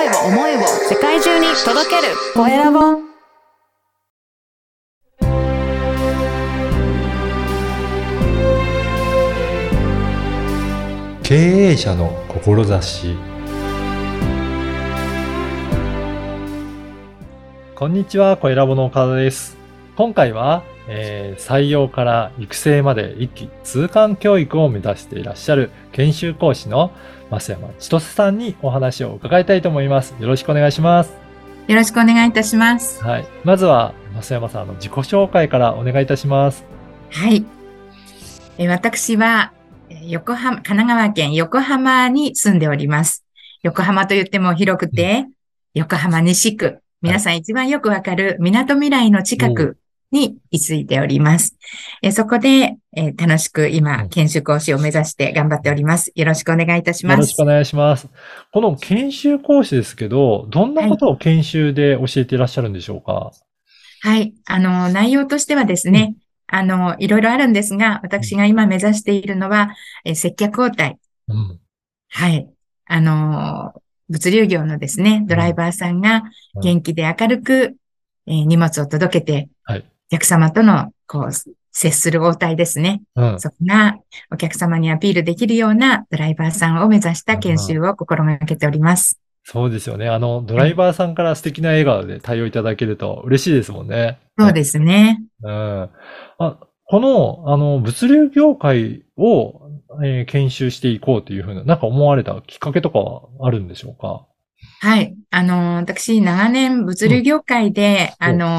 声を世界中に届けるコエラボ。 経営者の志。こんにちは、コエラボの岡田です。今回は、採用から育成まで一気通貫教育を目指していらっしゃる研修講師の増山千歳さんにお話を伺いたいと思います。よろしくお願いします。 よろしくお願いいたします。 はい。まずは増山さんの自己紹介からお願いいたします。 はい。私は神奈川県横浜に住んでおります。横浜と言っても広くて、横浜西区、皆さん一番よくわかる港未来の近くに居ついております。そこで、楽しく今、研修講師を目指して頑張っております。よろしくお願いいたします。 よろしくお願いします。この研修講師ですけど、どんなことを研修で教えていらっしゃるんでしょうか？ はい。内容としてはですね、いろいろあるんですが、私が今目指しているのは、接客応対。はい。物流業のですね、ドライバーさんが元気で明るく、荷物を届けて、お客様との、接する応対ですね。そこがお客様にアピールできるようなドライバーさんを目指した研修を心がけております。 そうですよね。ドライバーさんから素敵な笑顔で対応いただけると嬉しいですもんね。 そうですね。 この、物流業界を、研修していこうというふうな、なんか思われたきっかけとかはあるんでしょうか？ はい。私、長年物流業界で、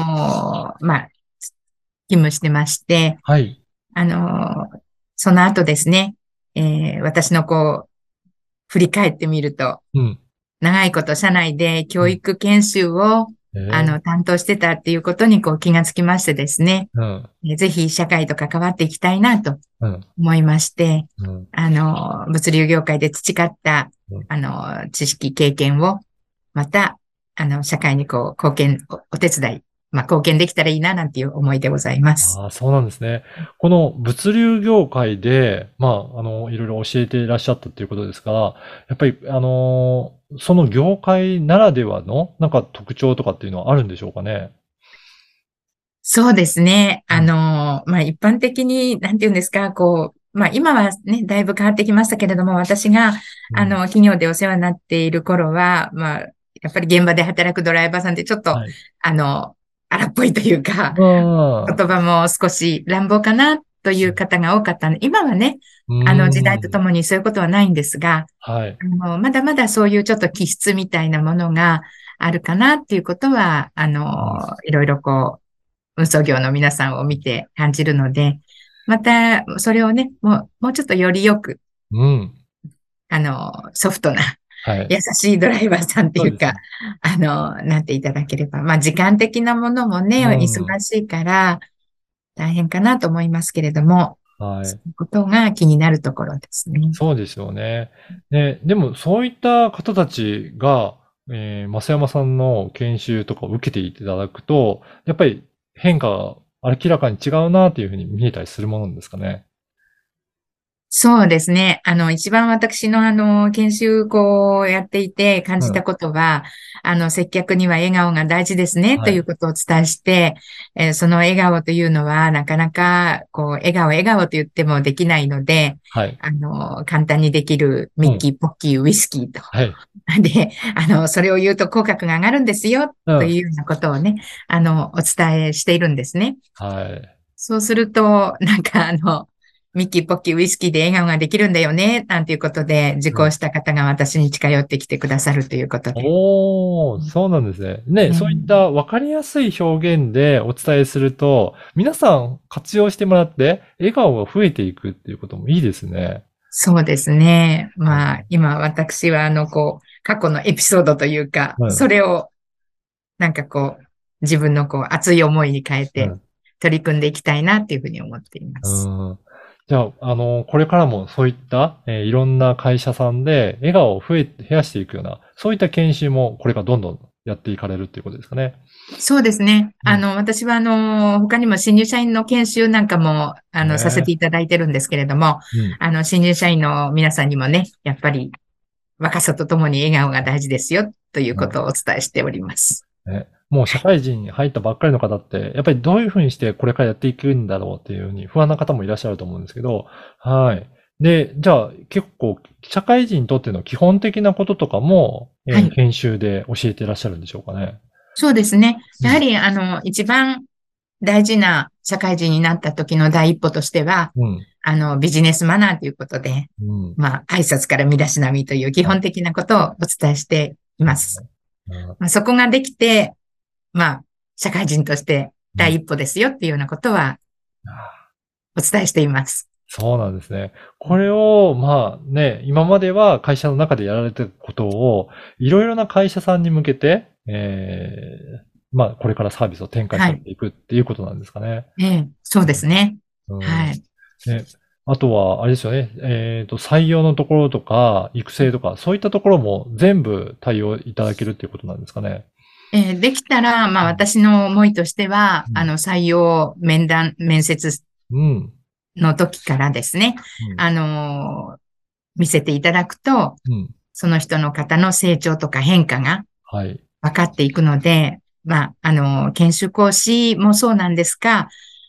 勤務してまして、 はい。 その後ですね、私の振り返ってみると、長いこと社内で教育研修を、担当してたっていうことに気がつきましてですね、ぜひ社会と関わっていきたいなと思いまして、物流業界で培った、知識、経験を、また、社会にお手伝い、貢献できたらいいな、なんていう思いでございます。 そうなんですね。この物流業界で、いろいろ教えていらっしゃったということですが、やっぱり、その業界ならではの、なんか特徴とかっていうのはあるんでしょうかね？ そうですね。一般的に、なんていうんですか、今はね、だいぶ変わってきましたけれども、私が、企業でお世話になっている頃は、やっぱり現場で働くドライバーさんってちょっと、荒っぽいというか、言葉も少し乱暴かなという方が多かったので、今はね、時代とともにそういうことはないんですが、まだまだそういうちょっと気質みたいなものがあるかなっていうことは、いろいろ運送業の皆さんを見て感じるので、また、それをね、もうちょっとよりよく、ソフトな、優しいドライバーさんっていうか、なっていただければ。時間的なものもね、忙しいから、大変かなと思いますけれども、そういうことが気になるところですね。 そうですよね。でも、そういった方たちが、増山さんの研修とかを受けていただくと、やっぱり変化が明らかに違うなっていうふうに見えたりするものなんですかね？ そうですね。一番私の研修やっていて感じたことは、接客には笑顔が大事ですね、ということをお伝えして、その笑顔というのは、なかなか、笑顔と言ってもできないので、簡単にできるミッキー、ポッキー、ウイスキーと。で、それを言うと口角が上がるんですよ、というようなことをね、お伝えしているんですね。そうすると、ミッキー、ポッキー、ウイスキーで笑顔ができるんだよね、なんていうことで、受講した方が私に近寄ってきてくださるということで。 そうなんですね。そういったわかりやすい表現でお伝えすると、皆さん活用してもらって、笑顔が増えていくっていうこともいいですね。 そうですね。今私は過去のエピソードというか、それを、自分の熱い思いに変えて、取り組んでいきたいなっていうふうに思っています。 じゃあ、これからもそういった、いろんな会社さんで笑顔を増やしていくような、そういった研修もこれからどんどんやっていかれるっていうことですかね？ そうですね。私は他にも新入社員の研修なんかも、させていただいてるんですけれども、新入社員の皆さんにもね、やっぱり若さとともに笑顔が大事ですよっということをお伝えしております。 ね、もう社会人に入ったばっかりの方って、やっぱりどういうふうにしてこれからやっていくんだろうっていうふうに不安な方もいらっしゃると思うんですけど、はい。で、じゃあ結構社会人にとっての基本的なこととかも、 はい。 研修で教えていらっしゃるんでしょうかね。 そうですね。 うん。 やはり、一番大事な社会人になった時の第一歩としては、 うん。 ビジネスマナーということで、 うん。 挨拶から身だしなみという基はい。 本的なことをお伝えしています。 そうですね。うん。 そこができて、社会人としてうん。 第一歩ですよっていうようなことはあ、 お伝えしています。 そうなんですね。これを、まあね、今までは会社の中でやられてることを、いろいろな会社さんに向けて、まあ、これからサービスを展開はい。 されていくっていうことなんですかね。 そうですね。 うん。 はい。 ね、あとは、あれですよね。採用のところとか、育成とか、そういったところも全部対応いただけるっていうことなんですかね。 できたら、 うん。 私の思いとしては、 うん。 採用面談、面接うん。 の時からですね、 うん。 あの、見せていただくと、 うん。 その人の方の成長とか変化がはい。 分かっていくので、研修講師もそうなんですが、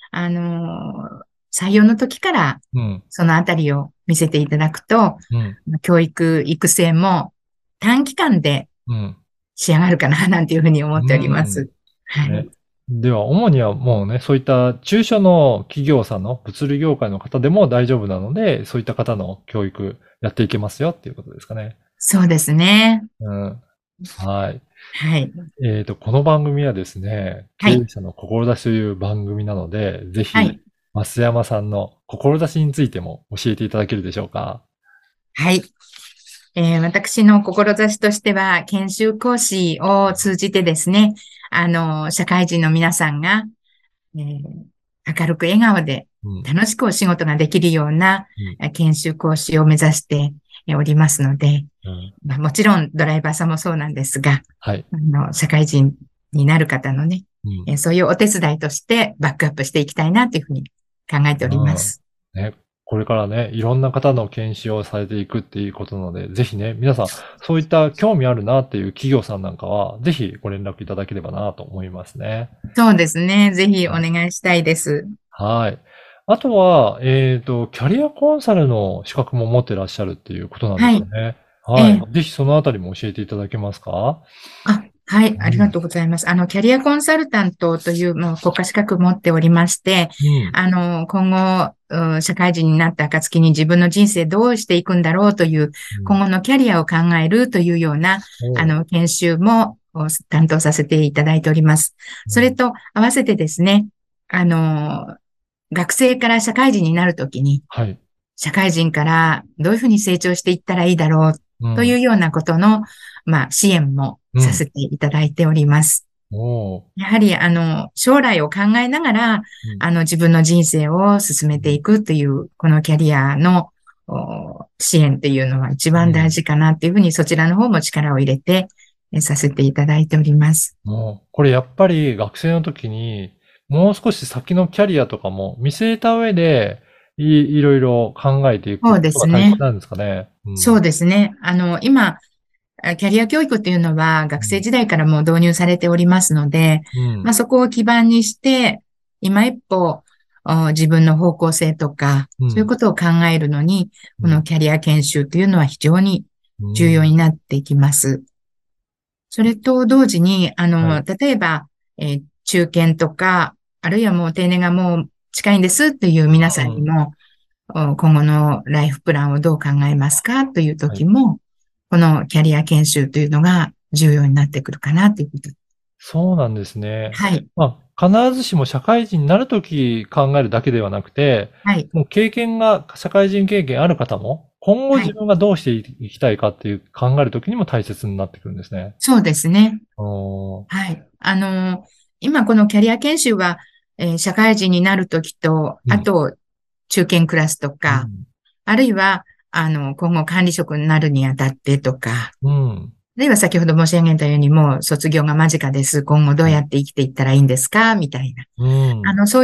採用の時からうん。 そのあたりを見せていただくと、 うん。 教育、育成も短期間でうん。 仕上がるかな、なんていうふうに思っうておりまん。 す。はい。 ね。では、主にはもうね、そういった中小の企業さんの物流業界の方でも大丈夫なので、そういった方の教育やっていけますよっていうことですかね。 そうですね。 うん。はい。 はい。 この番組はですね、 はい。 経営者の志という番組なので、ぜひ、 はい。 増山さんの志についても教えていただけるでしょうか。 はい。私の志としては、研修講師を通じてですね、社会人の皆さんが、明るく笑顔でうん。 楽しくお仕事ができるようなうん。 研修講師を目指しておりますので、 うん。 もちろんドライバーさんもそうなんですが、 はい。 社会人になる方のね、 うん。 そういうお手伝いとしてバックアップしていきたいなというふうに考えておりまうん。 す。 ね、これからね、いろんな方の研修をされていくっていうことなので、ぜひね、皆さん、そういった興味あるなっていう企業さんなんかは、ぜひご連絡いただければなと思いますね。 そうですね。ぜひおはい。 願いしたいです。 はい。あとは、キャリアコンサルの資格も持ってらっしゃるっていうことなんではい。 すよね。はい。 ええぜひそのあたりも教えていただけますか？ はい、 うん。 ありがとうございます。キャリアコンサルタントという、もう国家資格を持っておりまして、 うん。 今後、社会人になった暁に自分の人生どうしていくんだろうという、 うん。 今後のキャリアを考えるというような、 おう。 研修も担当させていただいております。 うん。 それと合わせてですね、あの、学生から社会人になるときに、 はい。 社会人からどういうふうに成長していったらいいだろううん。 というようなことの、支援もうん。 させていただいております。 おう。 やはり、将来を考えながら、 うん。 自分の人生を進めていくという、このキャリアの支援っていうのは一番大うん。 事かなっていうふうに、そちらの方も力を入れて、させていただいております。 もう、これやっぱり学生の時に、もう少し先のキャリアとかも見据えた上で、いろいろ考えていくそうでことがすね。 大切なんですかね。うん。 そうですね。今、キャリア教育っていうのは学生うん。 時代からもう導入されておりますので、 うん。 そこを基盤にして、今一歩、自分の方向性とか、 うん。 そういうことを考えるのに、 うん。 このキャリア研修というのは非常にう重要ん。 になってきます。それと同時に、 はい。 例えば、中堅とか、あるいはもう定年がもう近いんですという皆さうん。 んにも、今後のライフプランをどう考えますかというはい。 時も、このキャリア研修というのが重要になってくるかなということ。 そうなんですね。 はい。 まあ、必ずしも社会人になるとき考えるだけではなくて、 はい。 もう経験が、社会人経験ある方も、今後はい。 自分がどうしていきたいかっていう考えるときにも大切になってくるんですね。 そうですね。 おー。 はい。今このキャリア研修は、社会人になるときと、 うん。 あと、中堅クラスとか、 うん。 あるいは、今後管理職になるにあたってとか、 うん。 あるいは先ほど申し上げたようにもう卒業が間近です。今後どうはい。 やって生きていったらいいんですかみたいな。 うん。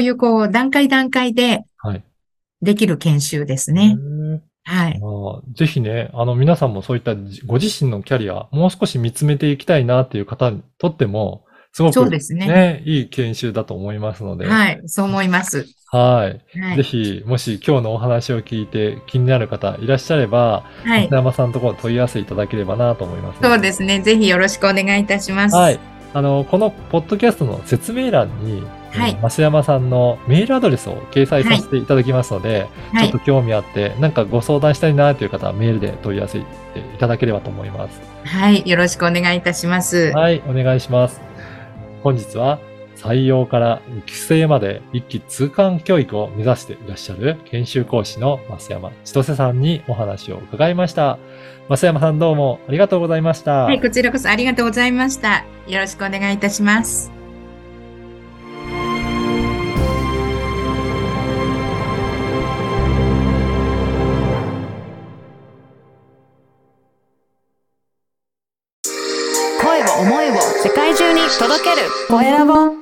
そういう段階段階ではい。 できる研修ですへね。 え。 はい。 ぜひね、皆さんもそういったご自身のキャリア、もう少し見つめていきたいなっていう方にとっても、すごそうくですね。 ね、いい研修だと思いますので、 はい。そう思います。 はい。 はい。 ぜひ、もし今日のお話を聞いて気になる方いらっしゃれば、 はい。 松山さんのところ問い合わせいただければなと思いますので。 そうですね。ぜひよろしくお願いいたします。 はい。このポッドキャストの説明欄に、 はい。 増山さんのメールアドレスを掲載させはい。 ていただきますので、 はい。 ちょっと興味あって、なんかご相談したいなという方はメールで問い合わせていただければと思います。 はい。よろしくお願いいたします。 はい、お願いします。本日は採用から育成まで一気通貫教育を目指していらっしゃる研修講師の増山千歳さんにお話を伺いました。増山さんどうもありがとうございました。 はい。こちらこそありがとうございました。よろしくお願いいたします。 声を思いを世界中に届けるコエラボ。